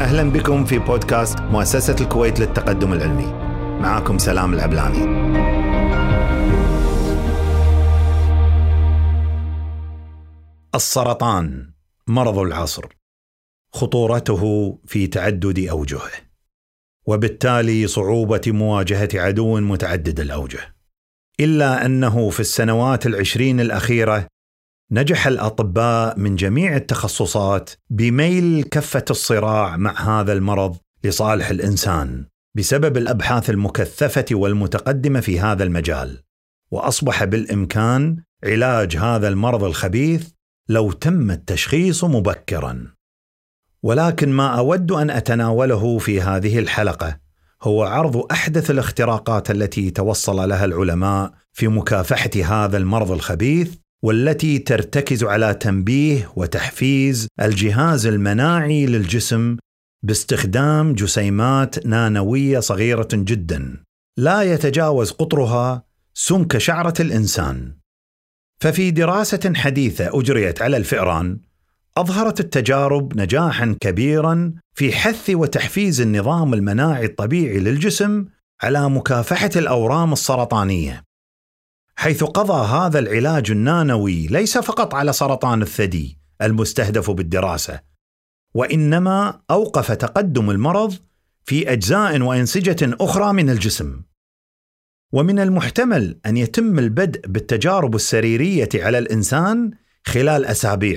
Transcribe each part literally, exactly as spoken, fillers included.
أهلا بكم في بودكاست مؤسسة الكويت للتقدم العلمي. معكم سلام العبلاني. السرطان مرض العصر، خطورته في تعدد أوجهه، وبالتالي صعوبة مواجهة عدو متعدد الأوجه. إلا أنه في السنوات العشرين الأخيرة نجح الأطباء من جميع التخصصات بميل كفة الصراع مع هذا المرض لصالح الإنسان بسبب الأبحاث المكثفة والمتقدمة في هذا المجال، وأصبح بالإمكان علاج هذا المرض الخبيث لو تم التشخيص مبكراً. ولكن ما أود أن أتناوله في هذه الحلقة هو عرض أحدث الاختراقات التي توصل لها العلماء في مكافحة هذا المرض الخبيث، والتي ترتكز على تنبيه وتحفيز الجهاز المناعي للجسم باستخدام جسيمات نانوية صغيرة جدا لا يتجاوز قطرها سمك شعرة الإنسان. ففي دراسة حديثة أجريت على الفئران أظهرت التجارب نجاحا كبيرا في حث وتحفيز النظام المناعي الطبيعي للجسم على مكافحة الأورام السرطانية، حيث قضى هذا العلاج النانوي ليس فقط على سرطان الثدي المستهدف بالدراسة، وإنما أوقف تقدم المرض في أجزاء وأنسجة أخرى من الجسم. ومن المحتمل أن يتم البدء بالتجارب السريرية على الإنسان خلال أسابيع،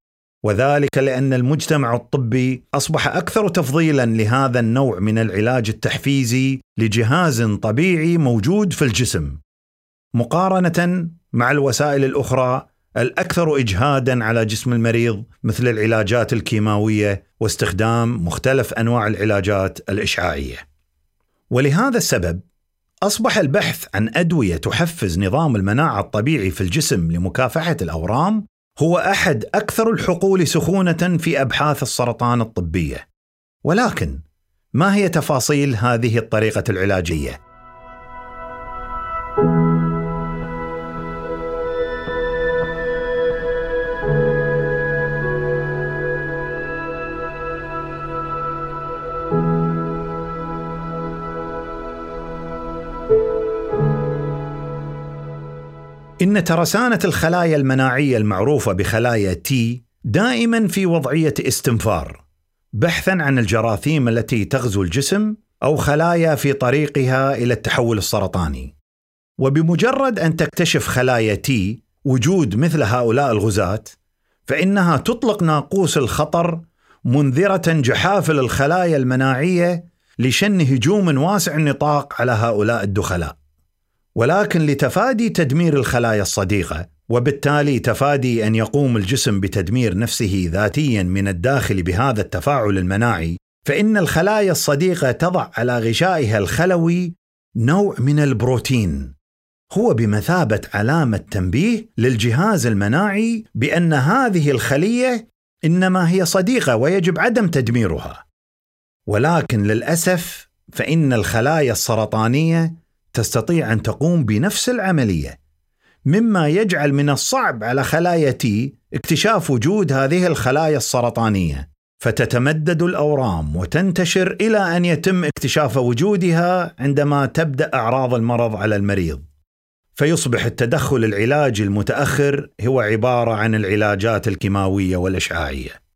وذلك لأن المجتمع الطبي أصبح أكثر تفضيلا لهذا النوع من العلاج التحفيزي لجهاز طبيعي موجود في الجسم، مقارنة مع الوسائل الأخرى الأكثر إجهادا على جسم المريض مثل العلاجات الكيماوية واستخدام مختلف أنواع العلاجات الإشعاعية. ولهذا السبب أصبح البحث عن أدوية تحفز نظام المناعة الطبيعي في الجسم لمكافحة الأورام هو أحد أكثر الحقول سخونة في أبحاث السرطان الطبية. ولكن ما هي تفاصيل هذه الطريقة العلاجية؟ إن ترسانة الخلايا المناعية المعروفة بخلايا تي دائما في وضعية استنفار، بحثا عن الجراثيم التي تغزو الجسم أو خلايا في طريقها إلى التحول السرطاني. وبمجرد أن تكتشف خلايا تي وجود مثل هؤلاء الغزاة، فإنها تطلق ناقوس الخطر منذرة جحافل الخلايا المناعية لشن هجوم واسع النطاق على هؤلاء الدخلاء. ولكن لتفادي تدمير الخلايا الصديقة، وبالتالي تفادي أن يقوم الجسم بتدمير نفسه ذاتيا من الداخل بهذا التفاعل المناعي، فإن الخلايا الصديقة تضع على غشائها الخلوي نوع من البروتين هو بمثابة علامة تنبيه للجهاز المناعي بأن هذه الخلية إنما هي صديقة ويجب عدم تدميرها. ولكن للأسف فإن الخلايا السرطانية تستطيع أن تقوم بنفس العملية، مما يجعل من الصعب على خلايا تي اكتشاف وجود هذه الخلايا السرطانية، فتتمدد الأورام وتنتشر إلى أن يتم اكتشاف وجودها عندما تبدأ أعراض المرض على المريض، فيصبح التدخل العلاجي المتأخر هو عبارة عن العلاجات الكيماوية والإشعاعية.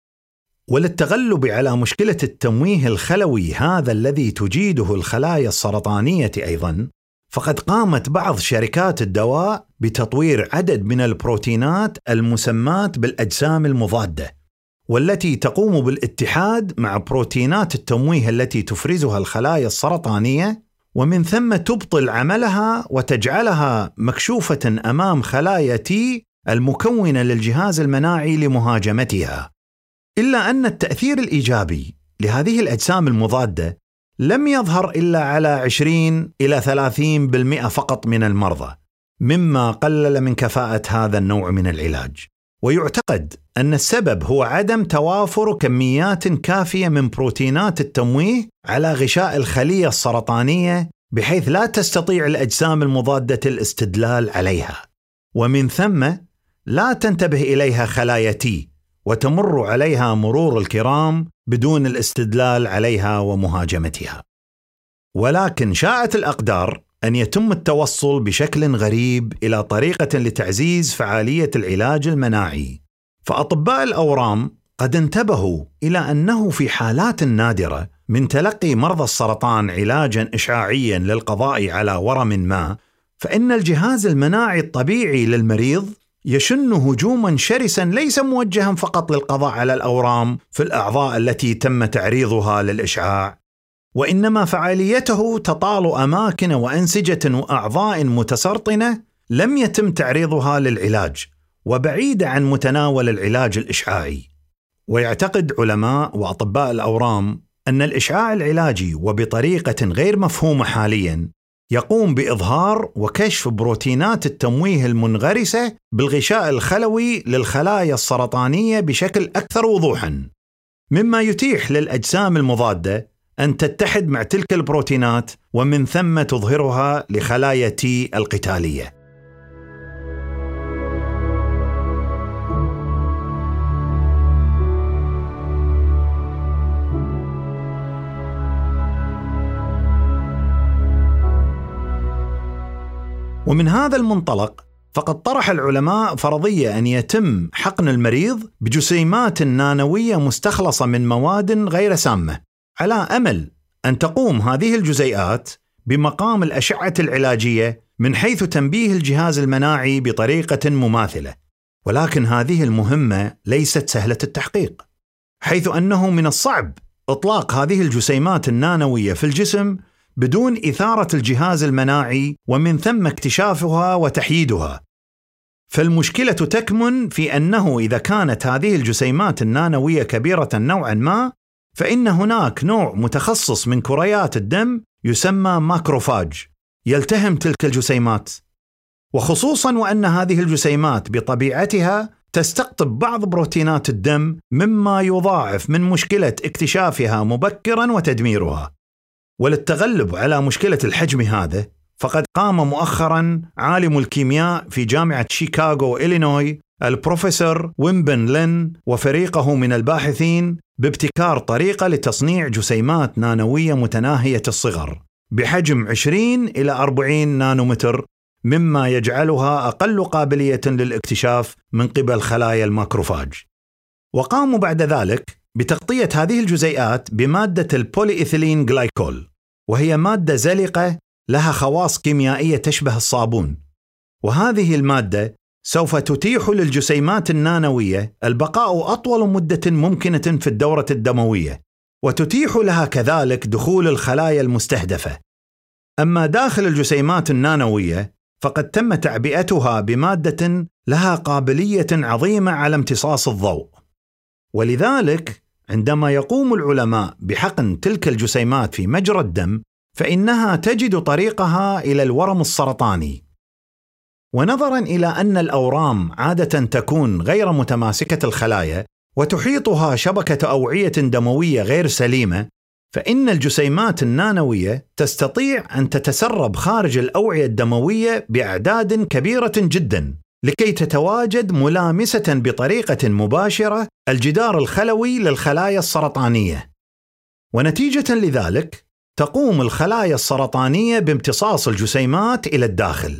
وللتغلب على مشكلة التمويه الخلوي هذا الذي تجيده الخلايا السرطانية أيضا، فقد قامت بعض شركات الدواء بتطوير عدد من البروتينات المسماة بالأجسام المضادة، والتي تقوم بالاتحاد مع بروتينات التمويه التي تفرزها الخلايا السرطانية، ومن ثم تبطل عملها وتجعلها مكشوفة أمام خلايا تي المكونة للجهاز المناعي لمهاجمتها. إلا أن التأثير الإيجابي لهذه الأجسام المضادة لم يظهر إلا على عشرين إلى ثلاثين بالمئة فقط من المرضى، مما قلل من كفاءة هذا النوع من العلاج. ويعتقد أن السبب هو عدم توافر كميات كافية من بروتينات التمويه على غشاء الخلية السرطانية، بحيث لا تستطيع الأجسام المضادة الاستدلال عليها، ومن ثم لا تنتبه إليها خلايا تي وتمر عليها مرور الكرام بدون الاستدلال عليها ومهاجمتها. ولكن شاءت الأقدار أن يتم التوصل بشكل غريب إلى طريقة لتعزيز فعالية العلاج المناعي. فأطباء الأورام قد انتبهوا إلى أنه في حالات نادرة من تلقي مرضى السرطان علاجاً إشعاعياً للقضاء على ورم ما، فإن الجهاز المناعي الطبيعي للمريض يشن هجوماً شرساً ليس موجهاً فقط للقضاء على الأورام في الأعضاء التي تم تعريضها للإشعاع، وإنما فعاليته تطال أماكن وأنسجة وأعضاء متسرطنة لم يتم تعريضها للعلاج وبعيدة عن متناول العلاج الإشعاعي. ويعتقد علماء وأطباء الأورام أن الإشعاع العلاجي وبطريقة غير مفهومة حالياً يقوم بإظهار وكشف بروتينات التمويه المنغرسة بالغشاء الخلوي للخلايا السرطانية بشكل أكثر وضوحاً، مما يتيح للأجسام المضادة أن تتحد مع تلك البروتينات ومن ثم تظهرها لخلايا تي القتالية. ومن هذا المنطلق فقد طرح العلماء فرضية أن يتم حقن المريض بجسيمات نانوية مستخلصة من مواد غير سامة، على أمل أن تقوم هذه الجزيئات بمقام الأشعة العلاجية من حيث تنبيه الجهاز المناعي بطريقة مماثلة. ولكن هذه المهمة ليست سهلة التحقيق، حيث أنه من الصعب إطلاق هذه الجسيمات النانوية في الجسم بدون إثارة الجهاز المناعي ومن ثم اكتشافها وتحييدها. فالمشكلة تكمن في أنه إذا كانت هذه الجسيمات النانوية كبيرة نوعا ما، فإن هناك نوع متخصص من كريات الدم يسمى ماكروفاج يلتهم تلك الجسيمات، وخصوصا وأن هذه الجسيمات بطبيعتها تستقطب بعض بروتينات الدم، مما يضاعف من مشكلة اكتشافها مبكرا وتدميرها. وللتغلب على مشكلة الحجم هذا، فقد قام مؤخرا عالم الكيمياء في جامعة شيكاغو إلينوي البروفيسور ويمبن لين وفريقه من الباحثين بابتكار طريقة لتصنيع جسيمات نانوية متناهية الصغر بحجم عشرين إلى أربعين نانومتر، مما يجعلها أقل قابلية للاكتشاف من قبل خلايا الماكروفاج. وقاموا بعد ذلك بتغطية هذه الجزيئات بمادة البوليإيثيلين جلايكول، وهي مادة زلقة لها خواص كيميائية تشبه الصابون، وهذه المادة سوف تتيح للجسيمات النانوية البقاء أطول مدة ممكنة في الدورة الدموية، وتتيح لها كذلك دخول الخلايا المستهدفة. أما داخل الجسيمات النانوية فقد تم تعبئتها بمادة لها قابلية عظيمة على امتصاص الضوء، ولذلك عندما يقوم العلماء بحقن تلك الجسيمات في مجرى الدم فإنها تجد طريقها إلى الورم السرطاني. ونظرا إلى أن الأورام عادة تكون غير متماسكة الخلايا وتحيطها شبكة أوعية دموية غير سليمة، فإن الجسيمات النانوية تستطيع أن تتسرب خارج الأوعية الدموية بأعداد كبيرة جدا لكي تتواجد ملامسة بطريقة مباشرة الجدار الخلوي للخلايا السرطانية. ونتيجة لذلك تقوم الخلايا السرطانية بامتصاص الجسيمات إلى الداخل.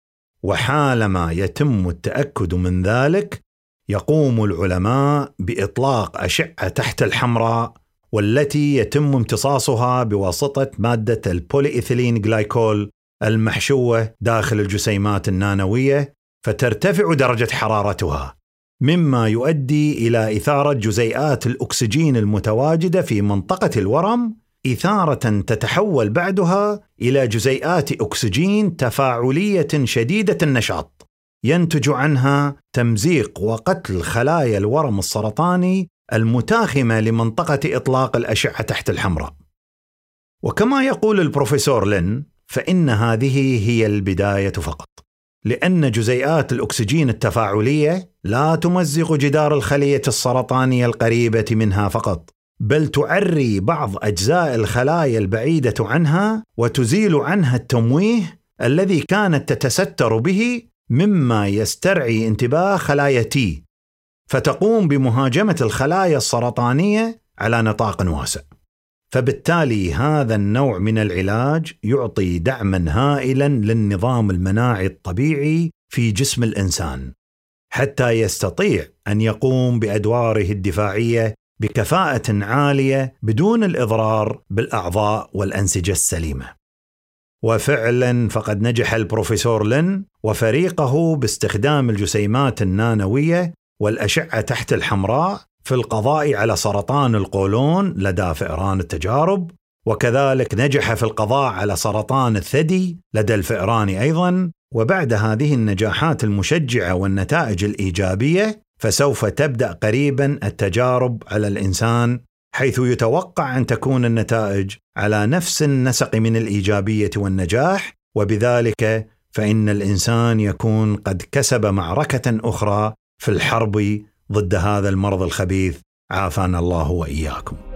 وحالما يتم التأكد من ذلك يقوم العلماء بإطلاق أشعة تحت الحمراء، والتي يتم امتصاصها بواسطة مادة البوليإيثيلين جلايكول المحشوة داخل الجسيمات النانوية، فترتفع درجة حرارتها، مما يؤدي إلى إثارة جزيئات الأكسجين المتواجدة في منطقة الورم، إثارة تتحول بعدها إلى جزيئات أكسجين تفاعلية شديدة النشاط، ينتج عنها تمزيق وقتل خلايا الورم السرطاني المتاخمة لمنطقة إطلاق الأشعة تحت الحمراء. وكما يقول البروفيسور لين، فإن هذه هي البداية فقط، لأن جزيئات الأكسجين التفاعلية لا تمزق جدار الخلية السرطانية القريبة منها فقط، بل تعري بعض أجزاء الخلايا البعيدة عنها وتزيل عنها التمويه الذي كانت تتستر به، مما يسترعي انتباه خلايا تي، فتقوم بمهاجمة الخلايا السرطانية على نطاق واسع. فبالتالي هذا النوع من العلاج يعطي دعما هائلا للنظام المناعي الطبيعي في جسم الإنسان حتى يستطيع أن يقوم بأدواره الدفاعية بكفاءة عالية بدون الإضرار بالأعضاء والأنسجة السليمة. وفعلا فقد نجح البروفيسور لين وفريقه باستخدام الجسيمات النانوية والأشعة تحت الحمراء في القضاء على سرطان القولون لدى فئران التجارب، وكذلك نجح في القضاء على سرطان الثدي لدى الفئران أيضا. وبعد هذه النجاحات المشجعة والنتائج الإيجابية فسوف تبدأ قريبا التجارب على الإنسان، حيث يتوقع أن تكون النتائج على نفس النسق من الإيجابية والنجاح، وبذلك فإن الإنسان يكون قد كسب معركة أخرى في الحرب ضد هذا المرض الخبيث، عافانا الله وإياكم.